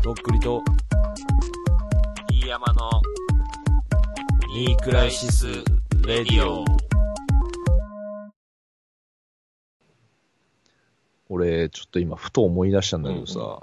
とっくりと、 飯山のニークライシス・レディオ。俺、ちょっと今、ふと思い出したんだけどさ、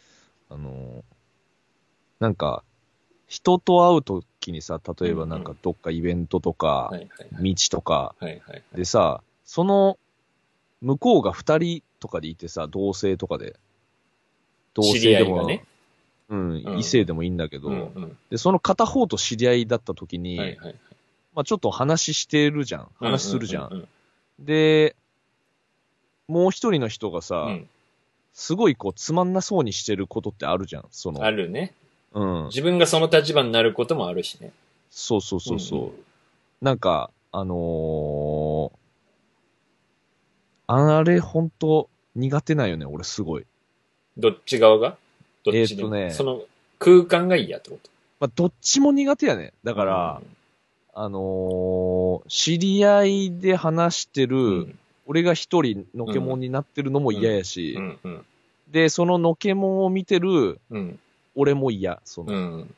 なんか、人と会うときにさ、例えばなんかどっかイベントとか、道とか、でさ、その、向こうが二人とかでいてさ、同性とかで、同性でも、ね、異性でもいいんだけど、で、その片方と知り合いだったときに、まあちょっと話してるじゃん。話するじゃん。で、もう一人の人がさ、すごいこうつまんなそうにしてることってあるじゃん。 あるね。自分がその立場になることもあるしね。 そう。なんか、あれほんと苦手なんよね、俺すごい。 どっち側がどっちでもその空間が嫌ってこと？ まあ、どっちも苦手やね。だから、知り合いで話してる、俺が一人のけもんになってるのも嫌やし、で、そののけもんを見てる、俺も嫌、そうね。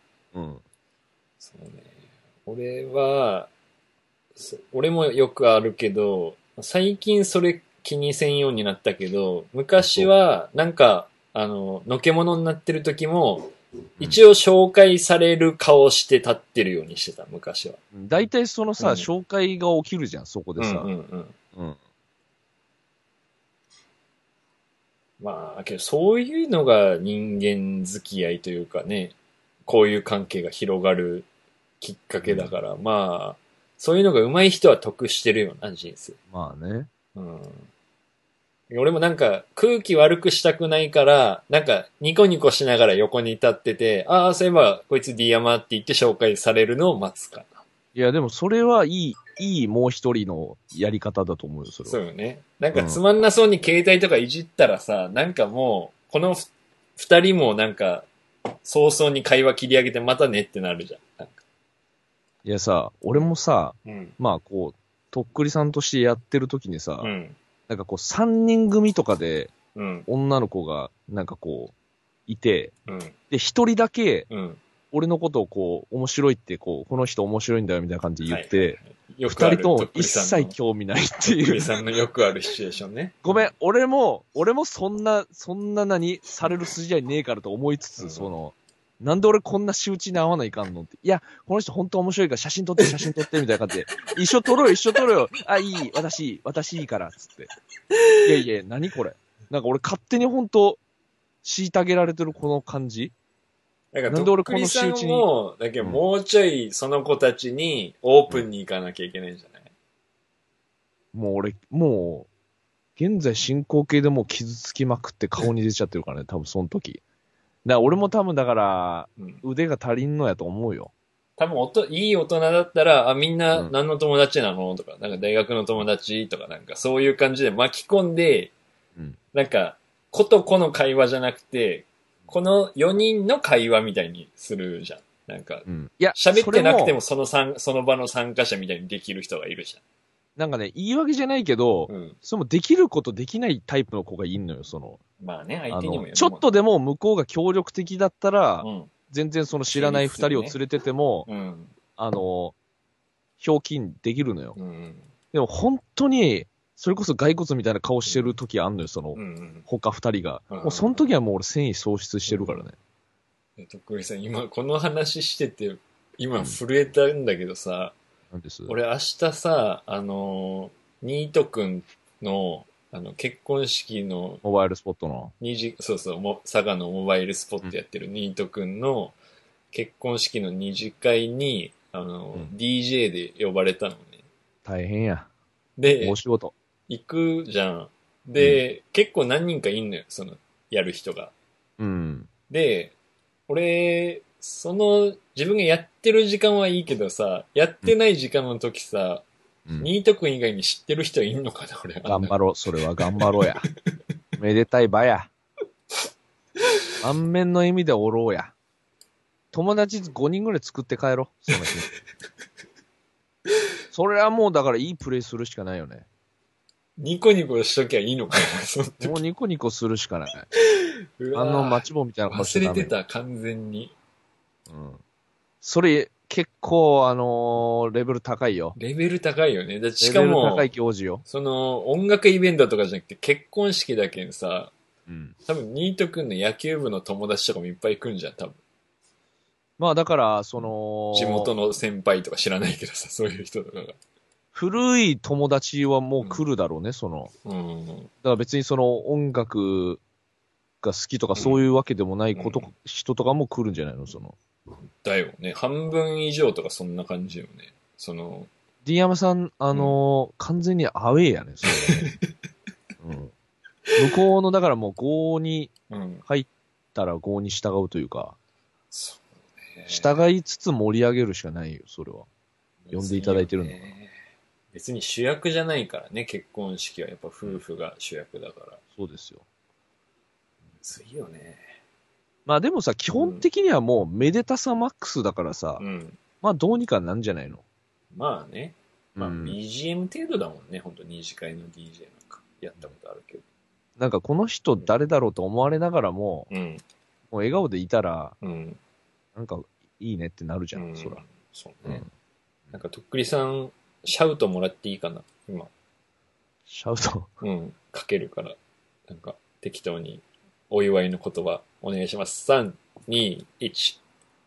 俺もよくあるけど、最近それ気にせんようになったけど、昔は、なんか、のけものになってる時も、一応紹介される顔して立ってるようにしてた、昔は。 大体そのさ、紹介が起きるじゃん、そこでさ。 まあ、けどそういうのが人間付き合いというかね、こういう関係が広がるきっかけだから、まあ、そういうのが上手い人は得してるよな、人生。 まあね。 俺もなんか空気悪くしたくないから、なんかニコニコしながら横に立ってて、ああ、そういえばこいつ D 山って言って紹介されるのを待つかな。 いや、でもそれはいいもう一人のやり方だと思うよ、それは。 そうよね。なんかつまんなそうに携帯とかいじったらさ、なんかもう、この二人もなんか、早々に会話切り上げてまたねってなるじゃん。なんかいやさ、俺もさ、まあこう、とっくりさんとしてやってる時にさ、なんかこう3人組とかで、女の子がなんかこう、いて、で、1人だけ、俺のことをこう、面白いってこう、この人面白いんだよみたいな感じで言って、2人とも一切興味ないっていう。 とっくりさんのよくあるシチュエーションね。 ごめん、俺もそんな何される筋合いねえからと思いつつ、なんで俺こんな仕打ちに合わないかんのって。いや、この人本当面白いから写真撮ってみたいな感じで。一緒撮ろうよ。あ、いい、私いいから、つって。いや、何これ。なんか俺勝手に本当虐げられてるこの感じ。 なんで俺この仕打ちに。だけどもうちょいその子たちにオープンに行かなきゃいけないんじゃない？ もう、現在進行形でもう傷つきまくって顔に出ちゃってるからね、多分その時。俺も多分だから、腕が足りんのやと思うよ。 多分いい大人だったら、みんな何の友達なのとか、なんか大学の友達とかなんかそういう感じで巻き込んで、なんか、子と子の会話じゃなくて、この4人の会話みたいにするじゃん。なんか、喋ってなくてもその場の参加者みたいにできる人がいるじゃん。 なんかね、言い訳じゃないけど、それもできることできないタイプの子がいんのよ、 まあね、相手にもよる。 ちょっとでも向こうが協力的だったら、全然その知らない二人を連れてても、ひょうきんできるのよ。でも本当に、それこそ骸骨みたいな顔してる時あんのよ、他二人が。もうその時はもう俺繊維喪失してるからね。 とっくりさん、今この話してて、今震えたんだけどさ、俺明日さ、ニートくんの、結婚式の、 モバイルスポットの。 佐賀のモバイルスポットやってるニートくんの結婚式の二次会に、DJ で呼ばれたのね。 大変や。 で、 お仕事。 行くじゃん。で、結構何人かいんのよ、やる人が。で、俺、自分がやってる時間はいいけどさ、やってない時間の時さ、ニート君以外に知ってる人いんのかな、俺。 頑張ろう、それは頑張ろうや。めでたい場や。満面の意味でおろうや。友達5人ぐらい作って帰ろう、その日。それはもうだからいいプレイするしかないよね。 ニコニコしときゃいいのかな、 もうニコニコするしかない。 マッチ棒みたいな顔して忘れてた、完全に。 うん。それ、結構、レベル高いよ。 レベル高いよね。だしかも、レベル高い行事よ。 その、音楽イベントとかじゃなくて結婚式だけんさ、 うん。 多分、ニートくんの野球部の友達とかもいっぱい来んじゃん、多分。 まあだから、 地元の先輩とか知らないけどさ、そういう人とかが。 古い友達はもう来るだろうね、 うん。 だから別に音楽が好きとかそういうわけでもない人とかも来るんじゃないのだよね。半分以上とかそんな感じよね。 D 山さん、完全にアウェイやね、それね。うん。向こうの、だからもう5に入ったら5に従うというか、そうね。従いつつ盛り上げるしかないよ、それは。呼んでいただいてるんだから。 別に主役じゃないからね、結婚式はやっぱ夫婦が主役だから。 そうですよ。 ついよね。 まあでもさ、基本的にはもうめでたさマックスだからさ、まあどうにかなんじゃないの？ まあね。まあ BGM 程度だもんね、ほんと二次会の DJ なんかやったことあるけど。 なんかこの人誰だろうと思われながらも、もう笑顔でいたら、なんかいいねってなるじゃん、そら。 そうね。なんかとっくりさん、シャウトもらっていいかな、今。 シャウトかけるから。なんか適当にお祝いの言葉お願いします。3、2、1。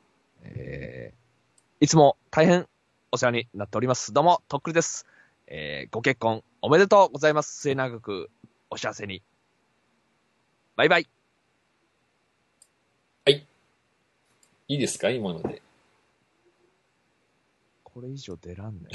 いつも大変お世話になっております。どうも、とっくりです。ご結婚おめでとうございます。末永くお幸せに。バイバイ。 はい。いいですか今ので。 これ以上出らんね。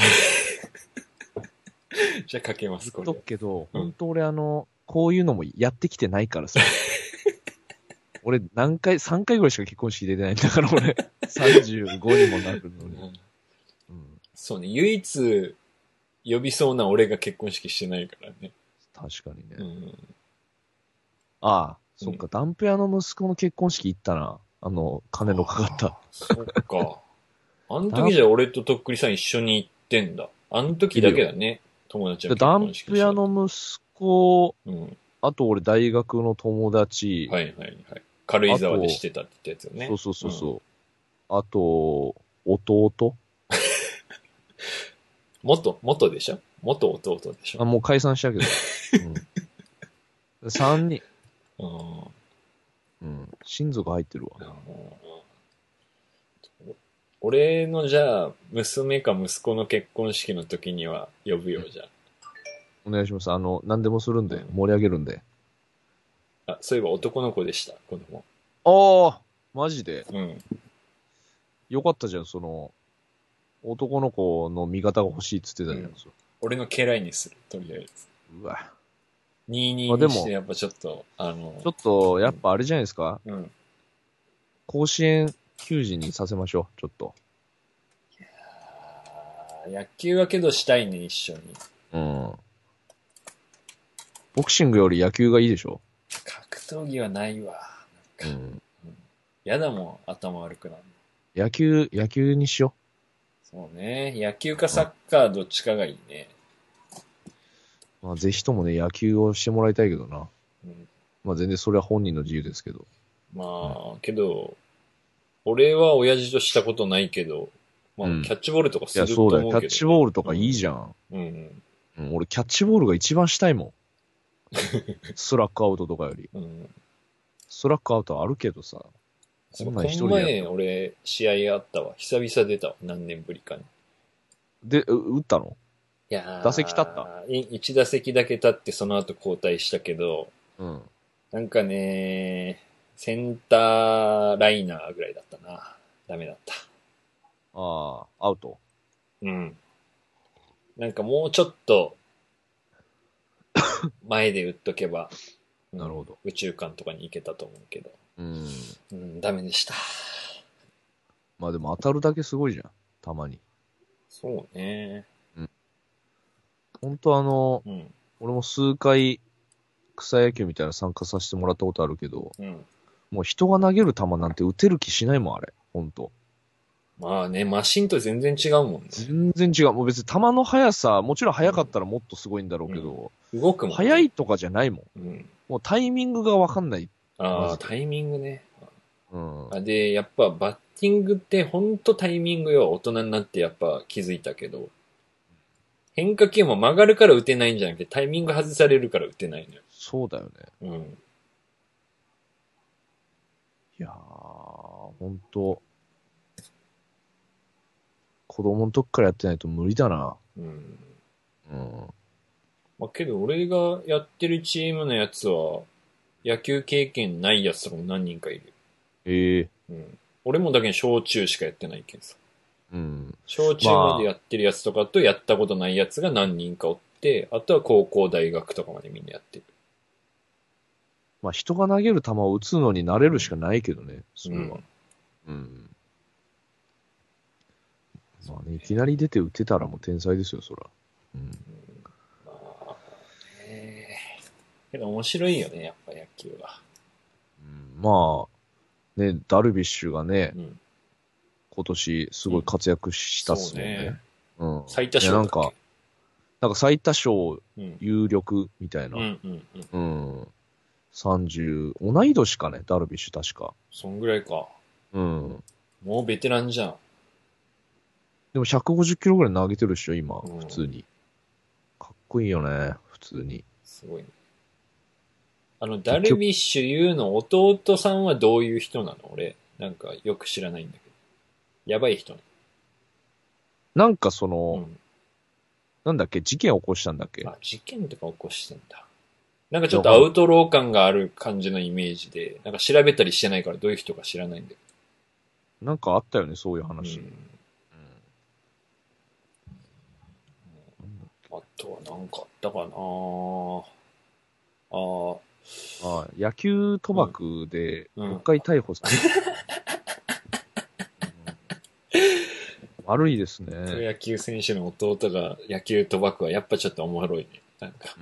じゃあかけます、 これ。言っとくけど、本当俺こういうのもやってきてないからさ。俺3回ぐらいしか結婚式出てないんだから俺、35にもなるのに。 そうね、唯一呼びそうな俺が結婚式してないからね。 確かにね。ああ、そっか、ダンプ屋の息子の結婚式行ったな。金のかかった。 そっか。あの時じゃ俺ととっくりさん一緒に行ってんだ。あの時だけだね。友達は結婚式。 ダンプ屋の息子、あと俺大学の友達。 はいはいはい。軽井沢でしてたって言ったやつよね。 そう。あと、弟元でしょ元弟でしょもう解散したけど。3人。親族入ってるわ。 俺のじゃあ、娘か息子の結婚式の時には呼ぶよ、じゃあ。 お願いします。何でもするんで、盛り上げるんで。 あ、そういえば男の子でした、子供。 ああ、マジで。よかったじゃん、男の子の味方が欲しいっつってたじゃん。 俺の家来にする、とりあえず。 うわ。 22にしてやっぱちょっと、 ちょっと、やっぱあれじゃないですか。甲子園球児にさせましょう、ちょっと。 いやー、野球はけどしたいね、一緒に。 ボクシングより野球がいいでしょ？ 格闘技はないわ。やだもん、頭悪くなるの。野球にしよう。そうね。野球かサッカーどっちかがいいね。 まあ、ぜひともね、野球をしてもらいたいけどな。まあ全然それは本人の自由ですけど。 まあ、けど、俺は親父としたことないけど、まあ、キャッチボールとかすると思うけど、ね。 いや、そうだよ。キャッチボールとかいいじゃん。俺、キャッチボールが一番したいもん。ストラックアウトとかより。ストラックアウトあるけどさ。 こんなん一人で。この前、俺、試合あったわ。久々出たわ。何年ぶりかに。 で、打ったの？ いやー、 打席立った？ 1 打席だけ立ってその後交代したけど、なんかね、センターライナーぐらいだったな。ダメだった。 ああ、アウト。 なんかもうちょっと、前で打っとけば、 なるほど。 宇宙間とかに行けたと思うけど。ダメでした。 まあでも当たるだけすごいじゃん。たまに。 そうね。 本当俺も数回草野球みたいな参加させてもらったことあるけど、もう人が投げる球なんて打てる気しないもん、あれ。本当。 まあね、マシンと全然違うもんね。 全然違う。もう別に球の速さ、もちろん速かったらもっとすごいんだろうけど、 動くもんね。 速いとかじゃないもん。もうタイミングがわかんないっああ、タイミングね。 うん。 で、やっぱバッティングってほんとタイミングよ。大人になってやっぱ気づいたけど。変化球も曲がるから打てないんじゃなくて、タイミング外されるから打てないのよ。 そうだよね。 うん。 いやー、ほんと、子供の時からやってないと無理だな。 うん。 うん。 まあ、けど俺がやってるチームのやつは、野球経験ないやつとかも何人かいる。 ええうん。俺もだけど小中しかやってないけどさ。 うん。 小中までやってるやつとかとやったことないやつが何人かおって、あとは高校、大学とかまでみんなやってる。 まあ人が投げる球を打つのに慣れるしかないけどね、それは。うん。まあね、いきなり出て打てたらもう天才ですよ、そら。うん。 まあ、けど面白いよね、やっぱ野球は。 うん、まあ、ね、ダルビッシュがね、今年すごい活躍したっすもんね。うん。 最多勝だっけ？ なんか最多勝有力みたいな。 うん。 30、同い年かね、ダルビッシュ確か。 そんぐらいか。 うん。 もうベテランじゃん。 でも150キロぐらい投げてるっしょ、今、普通に。かっこいいよね、普通に。 すごいね。ダルビッシュ有の弟さんはどういう人なの？俺、なんかよく知らないんだけど。やばい人なの？ なんかなんだっけ、事件起こしたんだっけ？ あ、事件とか起こしてんだ。なんかちょっとアウトロー感がある感じのイメージで、なんか調べたりしてないからどういう人か知らないんだけど。なんかあったよね、そういう話。 あとはなんかあったかな野球賭博で6回逮捕された。悪いですね。 プロ野球選手の弟が野球賭博はやっぱちょっとおもろいね。なんか。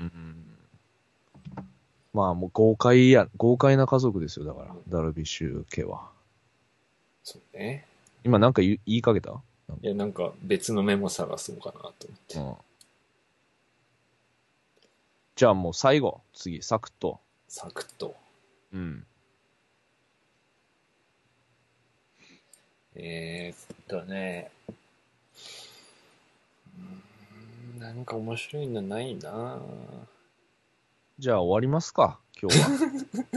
まあもう豪快な家族ですよ、だから、ダルビッシュ家は。 そうね。 今なんか言いかけた？ いや、なんか別のメモ探そうかなと思って。 じゃあもう最後、次、サクッと。 サクッと。 うん。 なんか面白いのないなじゃあ終わりますか、今日は。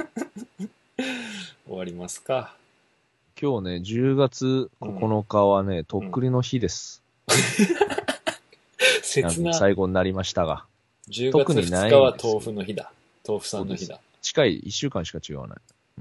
終わりますか。 今日ね、10月9日はね、とっくりの日です。 切な。 最後になりましたが。 10月2日は豆腐の日だ。豆腐さんの日だ。 近い1週間しか違わない。うん。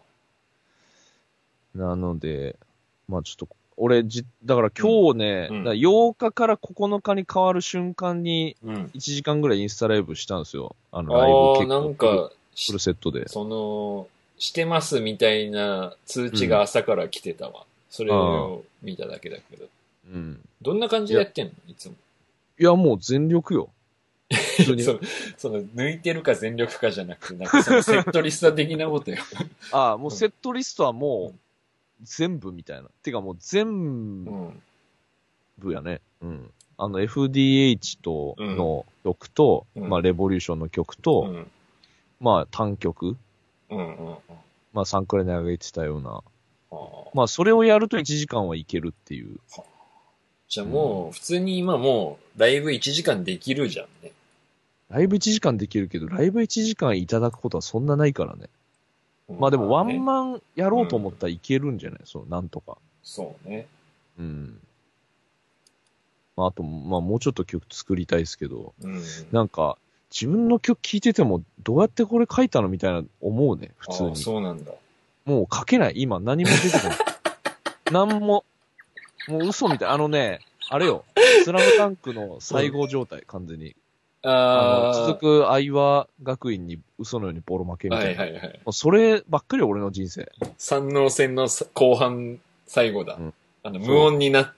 なので、まあちょっと、だから今日ね、8日から9日に変わる瞬間に、1時間ぐらいインスタライブしたんですよ。ライブ結構なんか、 フルセットで。 してますみたいな通知が朝から来てたわ。それを見ただけだけど。 うん。 どんな感じでやってんの？いつも。 いや、もう全力よ。 普通に抜いてるか全力かじゃなくて、なんかセットリスト的なことよ。 もうセットリストはもう、全部みたいな。てかもう全部やね。うん。FDH との曲と、まあレボリューションの曲と、まあ単曲。まあサンクラで上げてたような。まあそれをやると1時間はいけるっていう。 じゃあもう、普通に今もう、ライブ1時間できるじゃんね。 ライブ1時間できるけど、ライブ1時間いただくことはそんなないからね。まあでもワンマンやろうと思ったらいけるんじゃない？なんとか。 そうね。 うん。まああと、まあもうちょっと曲作りたいですけど、なんか、自分の曲聴いてても、どうやってこれ書いたのみたいな思うね、普通に。 そうなんだ。 もう書けない。今何も出てこない。何も、もう嘘みたい。あれよ。スラムダンクの最後状態、完全に。続く相葉学院に嘘のようにボロ負けみたいな。もうそればっかり俺の人生。 三能戦の後半最後だ。無音になって、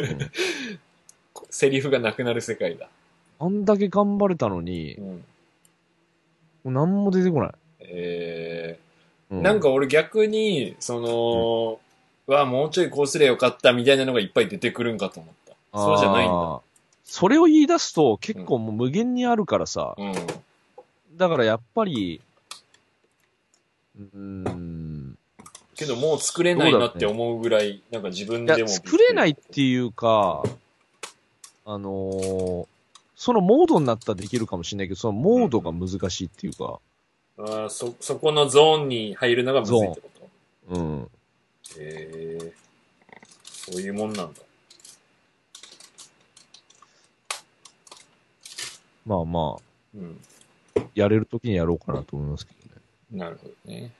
セリフがなくなる世界だ。 あんだけ頑張れたのに、もう何も出てこない。 なんか俺逆に、もうちょいこうすりゃよかったみたいなのがいっぱい出てくるんかと思った。そうじゃないんだ。 それを言い出すと結構もう無限にあるからさ。だからやっぱり、 けどもう作れないなって思うぐらい、なんか自分でも。 作れないっていうか、そのモードになったらできるかもしれないけど、そのモードが難しいっていうか。 そこのゾーンに入るのがむずいってこと？ うん。 そういうもんなんだ。 まあまあ、やれるときにやろうかなと思いますけどね。 なるほどね。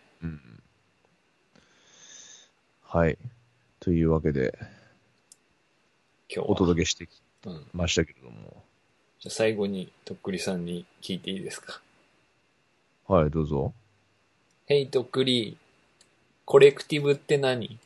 はい。というわけで、今日お届けしてきましたけれども。 じゃあ最後に、とっくりさんに聞いていいですか？ はい、どうぞ。 ヘイとっくり、コレクティブって何？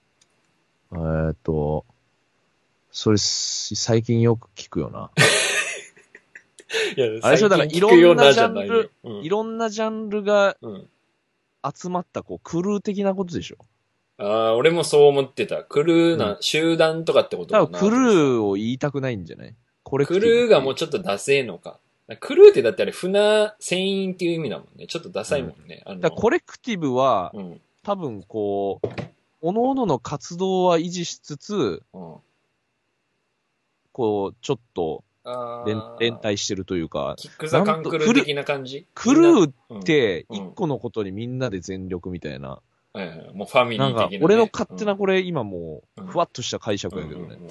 それ、最近よく聞くよな。 いや、 あれでしょ、だからいろんなジャンル、いろんなジャンルが集まったこうクルー的なことでしょ。 俺もそう思ってた。クルーな、集団とかってことかな。 多分クルーを言いたくないんじゃない？ クルーがもうちょっとダセーのか。クルーってだってあれ船、船員っていう意味だもんね。ちょっとダサいもんね。 だコレクティブは、多分こう、各々の活動は維持しつつ、こう、ちょっと連帯してるというか、 キックザカンクルー的な感じ？ クルーって一個のことにみんなで全力みたいな。 もうファミリー的な、ね。 なんか、俺の勝手なこれ、今もう、ふわっとした解釈やけどね。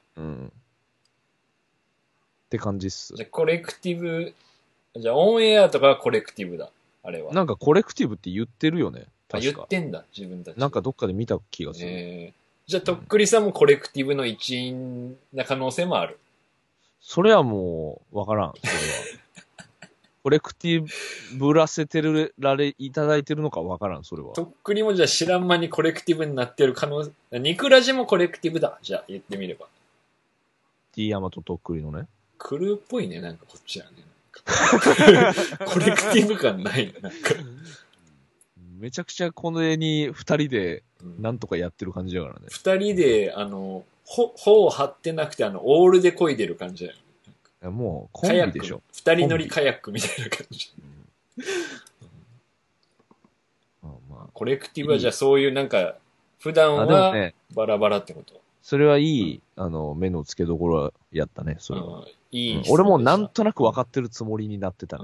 って感じっす。 じゃあ、コレクティブ、じゃあ、オンエアとかはコレクティブだ。あれは。 なんか、コレクティブって言ってるよね。 言ってんだ、自分たち。 なんかどっかで見た気がする。 じゃあ、とっくりさんもコレクティブの一員な可能性もある。 それはもう、わからん。それは。コレクティブらせていただいてるのかわからん、それは。 とっくりもじゃあ知らん間にコレクティブになってる可能性、ニクラジもコレクティブだ。じゃあ言ってみれば。 T ヤマととっくりのね。 クルーっぽいね、なんかこっちはね。コレクティブ感ない、なんか。 めちゃくちゃこれに二人でなんとかやってる感じだからね。 二人で、頬を張ってなくて、オールで漕いでる感じだよね。 もう、コンビでしょ。 二人乗りカヤックみたいな感じ。コレクティブはじゃあそういうなんか、普段はバラバラってこと？ それはいい、目の付けどころやったね、それは。いい、俺もなんとなく分かってるつもりになってたね。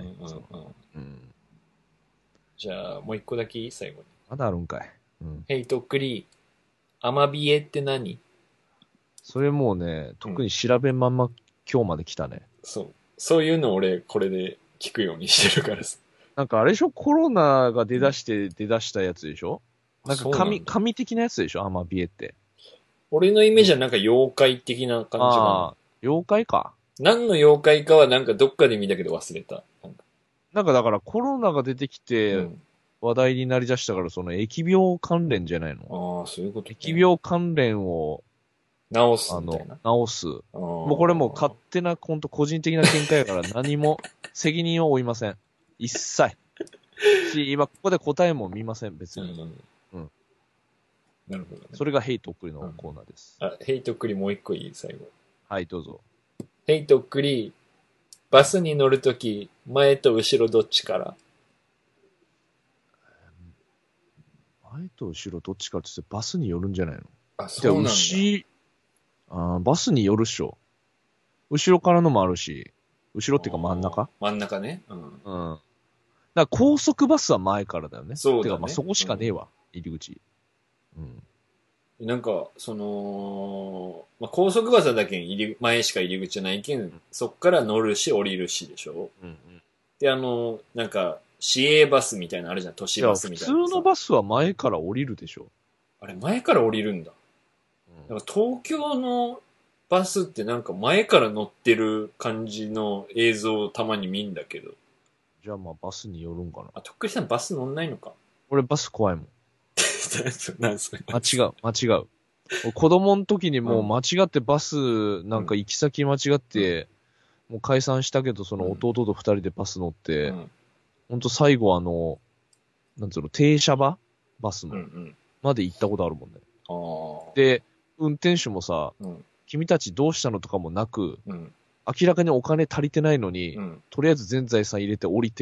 じゃあ、もう一個だけいい？最後に。 まだあるんかい。 ヘイとっくり、アマビエって何？ それもうね、特に調べんまんま今日まで来たね。 そういうの俺、これで聞くようにしてるからさ。 なんかあれでしょ？コロナが出だしたやつでしょ？なんか神的なやつでしょ？アマビエって。 俺のイメージはなんか妖怪的な感じかな。 妖怪か。 何の妖怪かはなんかどっかで見たけど忘れた。 なんかだからコロナが出てきて、話題になりだしたから、その疫病関連じゃないの？ そういうこと、ね。 疫病関連を、 治すみたいな。 治す。もうこれもう勝手な個人的な見解やから何も責任を負いません。一切。今ここで答えも見ません、別に。 なるほどね。 それがヘイとっくりのコーナーです。 ヘイとっくりもう一個いい？最後。 はい、どうぞ。 ヘイとっくり、バスに乗るとき、前と後ろどっちから？ 前と後ろどっちかって言ってバスによるんじゃないの？ そうなんだ。 バスによるっしょ。後ろからのもあるし、後ろっていうか真ん中？ 真ん中ね。 だから高速バスは前からだよね。そうだね。てかまあそこしかねえわ、入り口。 なんか、高速バスだけ前しか入り口じゃないけん、そっから乗るし降りるしでしょ？で、なんか、市営バスみたいなのあるじゃん、都市バスみたいな。 普通のバスは前から降りるでしょ？ あれ、前から降りるんだ。なんか東京のバスってなんか前から乗ってる感じの映像をたまに見んだけど。 じゃあまあバスによるんかな。 とっくりさんバス乗んないのか？ 俺バス怖いもん。 なんそれ。 間違う。子供の時にもう間違ってバス、なんか行き先間違って、もう解散したけど、その弟と二人でバス乗って、ほんと最後なんつうの、停車場バスの、まで行ったことあるもんね。で、運転手もさ、君たちどうしたのとかもなく、明らかにお金足りてないのに、とりあえず全財産入れて降りて、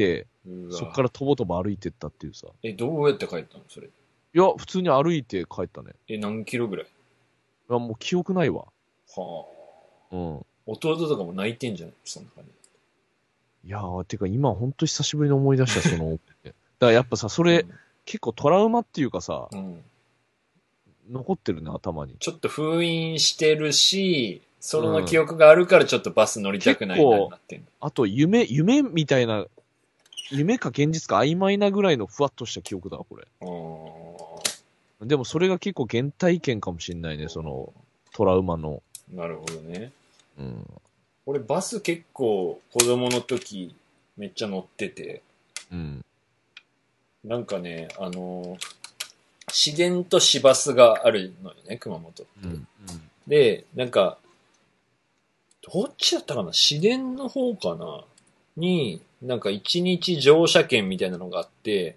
そっからとぼとぼ歩いてったっていうさ。 どうやって帰ったのそれ。 いや、普通に歩いて帰ったね。 何キロぐらい？いや、もう記憶ないわ。 はあ。うん。 弟とかも泣いてんじゃないそんな感じ。 いやー、てか今ほんと久しぶりに思い出した、だからやっぱさ、それ、結構トラウマっていうかさ、残ってるね、頭に。 ちょっと封印してるし、その記憶があるからちょっとバス乗りたくないなってなってんの。 あと夢みたいな、夢か現実か曖昧なぐらいのふわっとした記憶だわ、これ。でもそれが結構原体験かもしんないね、その、トラウマの。 なるほどね。 うん。 俺バス結構子供の時めっちゃ乗ってて。 うん。 なんかね、市電と市バスがあるのよね、熊本って。 うん。 で、なんか、どっちだったかな市電の方かなに、なんか1日乗車券みたいなのがあって、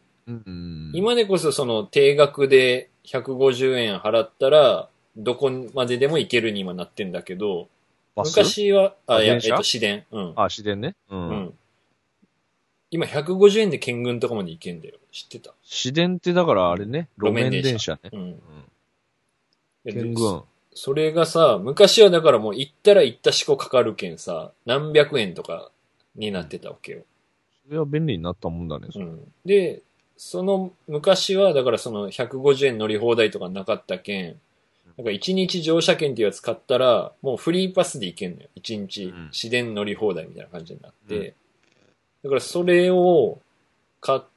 今でこそその定額で150円払ったら、どこまででも行けるに今なってんだけど、昔は、市電。うん。 市電ね。うん。 今150円で県軍とかまで行けんだよ。知ってた？ 市電ってだからあれね、路面電車ね。県軍。 それがさ、昔はだからもう行ったら行ったしこかかるけんさ、何百円とかになってたわけよ。 それは便利になったもんだね。 で、その昔はだからその150円乗り放題とかなかったけん、なんか1日乗車券っていうやつ買ったら、もうフリーパスで行けんのよ。1日市電乗り放題みたいな感じになって。だからそれを買って、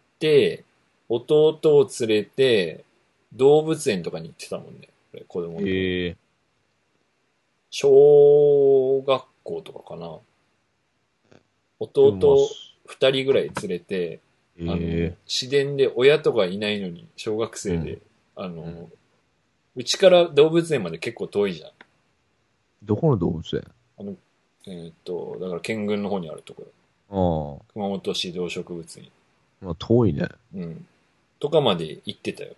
弟を連れて、動物園とかに行ってたもんね。子供の。小学校とかかな。弟2人ぐらい連れて、市電で親とかいないのに、小学生で、うちから動物園まで結構遠いじゃん。 どこの動物園？ だから県軍の方にあるところ。熊本市動植物園。 まあ、遠いね。 うん。とかまで行ってたよ。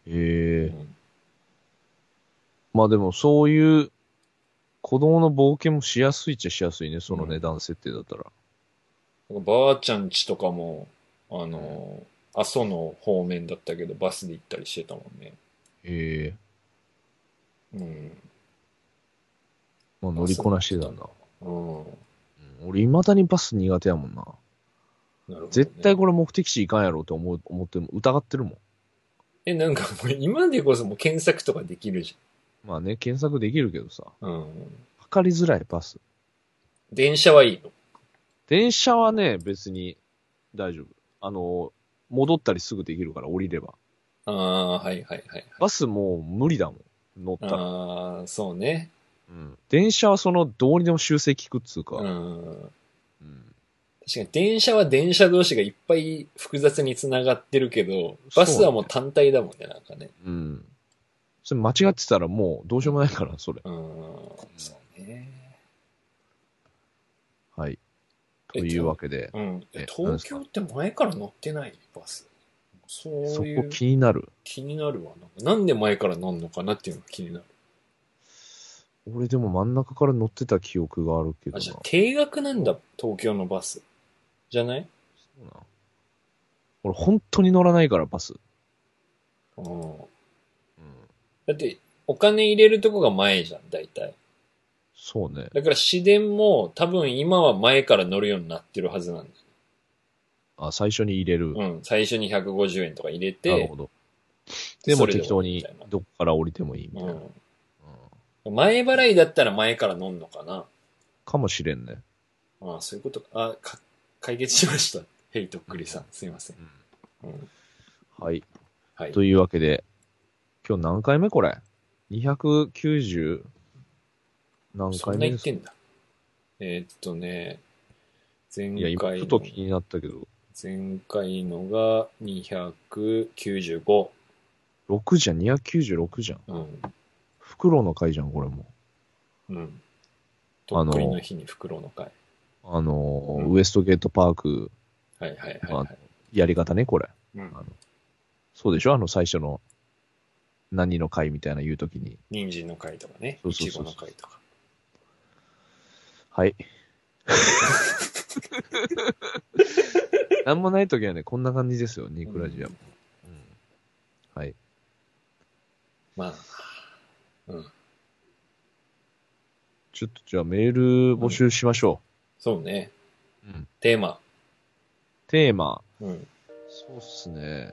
まあでもそういう子供の冒険もしやすいっちゃしやすいね、その値段設定だったら。 ばあちゃん家とかも、阿蘇の方面だったけど、バスで行ったりしてたもんね。 まあ乗りこなしてたんだ。俺未だにバス苦手やもんな。絶対これ目的地行かんやろって思って疑ってるもん。 なんかもう今でこそもう検索とかできるじゃん。まあね、検索できるけどさ。かりづらい、バス。 電車はいいの？ 電車はね、別に大丈夫。戻ったりすぐできるから降りれば。 はい。 バスもう無理だもん。乗ったら。 そうね。 電車はどうにでも修正効くっつうか。 確かに電車は電車同士がいっぱい複雑に繋がってるけど、バスはもう単体だもんね、なんかね。 それ間違ってたらもうどうしようもないから、それ。 そうね。 はい。というわけで。 東京って前から乗ってないバス。そこ気になる。 気になるわ。なんで前から乗んのかなっていうのが気になる。 俺でも真ん中から乗ってた記憶があるけどな。 じゃあ定額なんだ、東京のバス。じゃない？そうな。 俺本当に乗らないから、バス。 だって、お金入れるとこが前じゃん、大体。 そうね。 だから市電も多分今は前から乗るようになってるはずなんだよ。 最初に入れる。 最初に150円とか入れて。 なるほど。でも適当にどこから降りてもいいみたいな。 前払いだったら前から乗んのかな？ かもしれんね。 そういうことか。解決しました。ヘイとっくりさん。すいません。 はい。というわけで、今日何回目これ ?290 何回目ですか？ そんな言ってんだ。前回の。 いや、今ふと気になったけど。 前回のが295。 6じゃん、296じゃん。フクロウの回じゃん、これも。 とっくりの日にフクロウの回。 ウエストゲートパーク。やり方ね、これ。そうでしょ？最初の何の回みたいな言うときに。 人参の回とかね。いちごの回とか。 はい。 なんもないときはね、こんな感じですよ、ニクラジは。はい。 まあ、 ちょっとじゃあメール募集しましょう。そうね。テーマ。 そうっすね。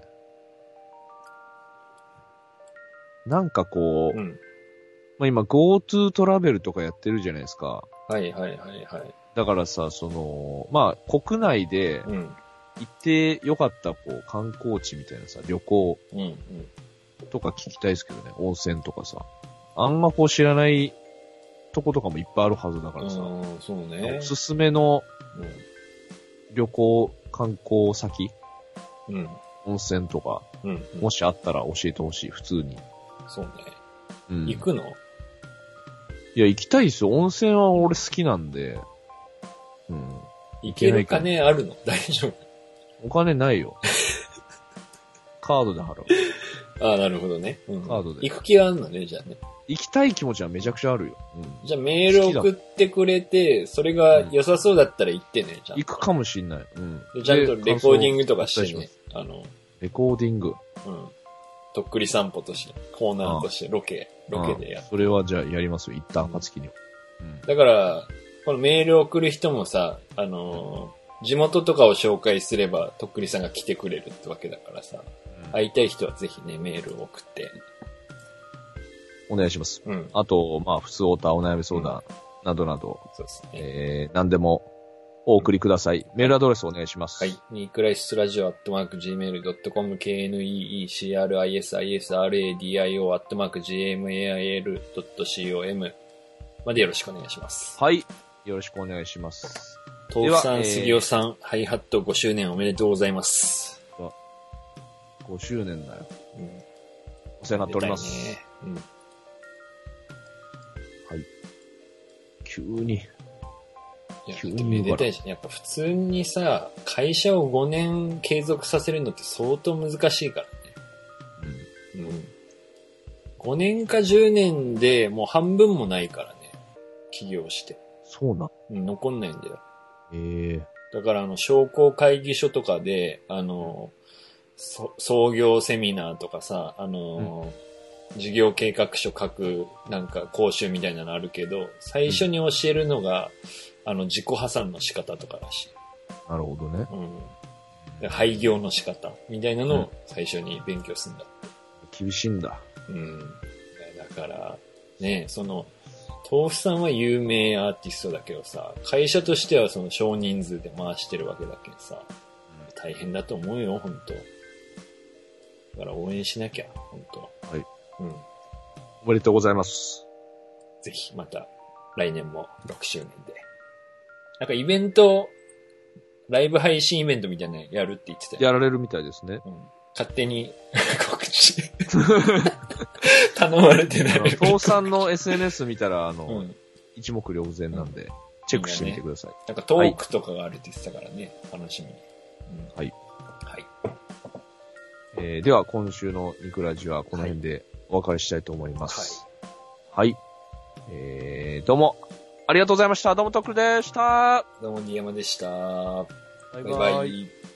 なんかこう、まあ今 GoTo トラベルとかやってるじゃないですか。 はい。 だからさ、まあ国内で行ってよかったこう観光地みたいなさ、旅行とか聞きたいですけどね、温泉とかさ。あんまこう知らないとことかもいっぱいあるはずだからさ。 そうね。 おすすめの旅行、観光先、温泉とか、もしあったら教えてほしい、普通に。 そうね。行くの？ いや、行きたいですよ。温泉は俺好きなんで。 行ける金あるの？大丈夫？ お金ないよ。カードで払う。 ああ、なるほどね。 カードで。 行く気はあるのね、じゃあね。 行きたい気持ちはめちゃくちゃあるよ。 じゃあメール送ってくれて、それが良さそうだったら行ってね、 じゃん。行くかもしんない。 ちゃんとレコーディングとかしてね。 レコーディング。 とっくり散歩として、コーナーとして、ロケでやる。 それはじゃあやりますよ、行った暁には。 だから、このメール送る人もさ、地元とかを紹介すれば、とっくりさんが来てくれるってわけだからさ、会いたい人はぜひね、メールを送って。 お願いします。あと、まあ、普通お悩み相談などなど、 そうですね。 何でもお送りください。メールアドレスお願いします。 はい。ニークライシスラジオ@gmail.com KNEECRISISRADIO@gmail.com までよろしくお願いします。 はい。よろしくお願いします。 豆腐さん、杉尾さん、ハイハット5周年おめでとうございます。 5周年だよ。お世話になっております。はい。急にめでたいし、やっぱ普通にさ、会社を5年継続させるのって相当難しいからね。5年か10年でもう半分もないからね。起業して。 そうな。 残んないんだよ。だから商工会議所とかで、創業セミナーとかさ、事業計画書書くなんか講習みたいなのあるけど、最初に教えるのが、自己破産の仕方とからしい。 なるほどね。 廃業の仕方みたいなのを最初に勉強するんだって。 厳しいんだ。 だから、ね、豆腐さんは有名アーティストだけどさ、会社としては少人数で回してるわけだけどさ、大変だと思うよ、本当。だから応援しなきゃ、本当。 はい。おめでとうございます。 ぜひ、また、来年も6周年で。なんかイベント、ライブ配信イベントみたいなのやるって言ってたよ。 やられるみたいですね。 勝手に告知頼まれてない。 父さんの SNS 見たら、一目瞭然なんで、チェックしてみてください。 なんかトークとかがあるって言ってたからね、楽しみに。 はい。では、今週のニクラジはこの辺でお別れしたいと思います。はい。どうも、ありがとうございました。どうも、とっくりでした。 どうも、ディヤマでした。 バイバイ。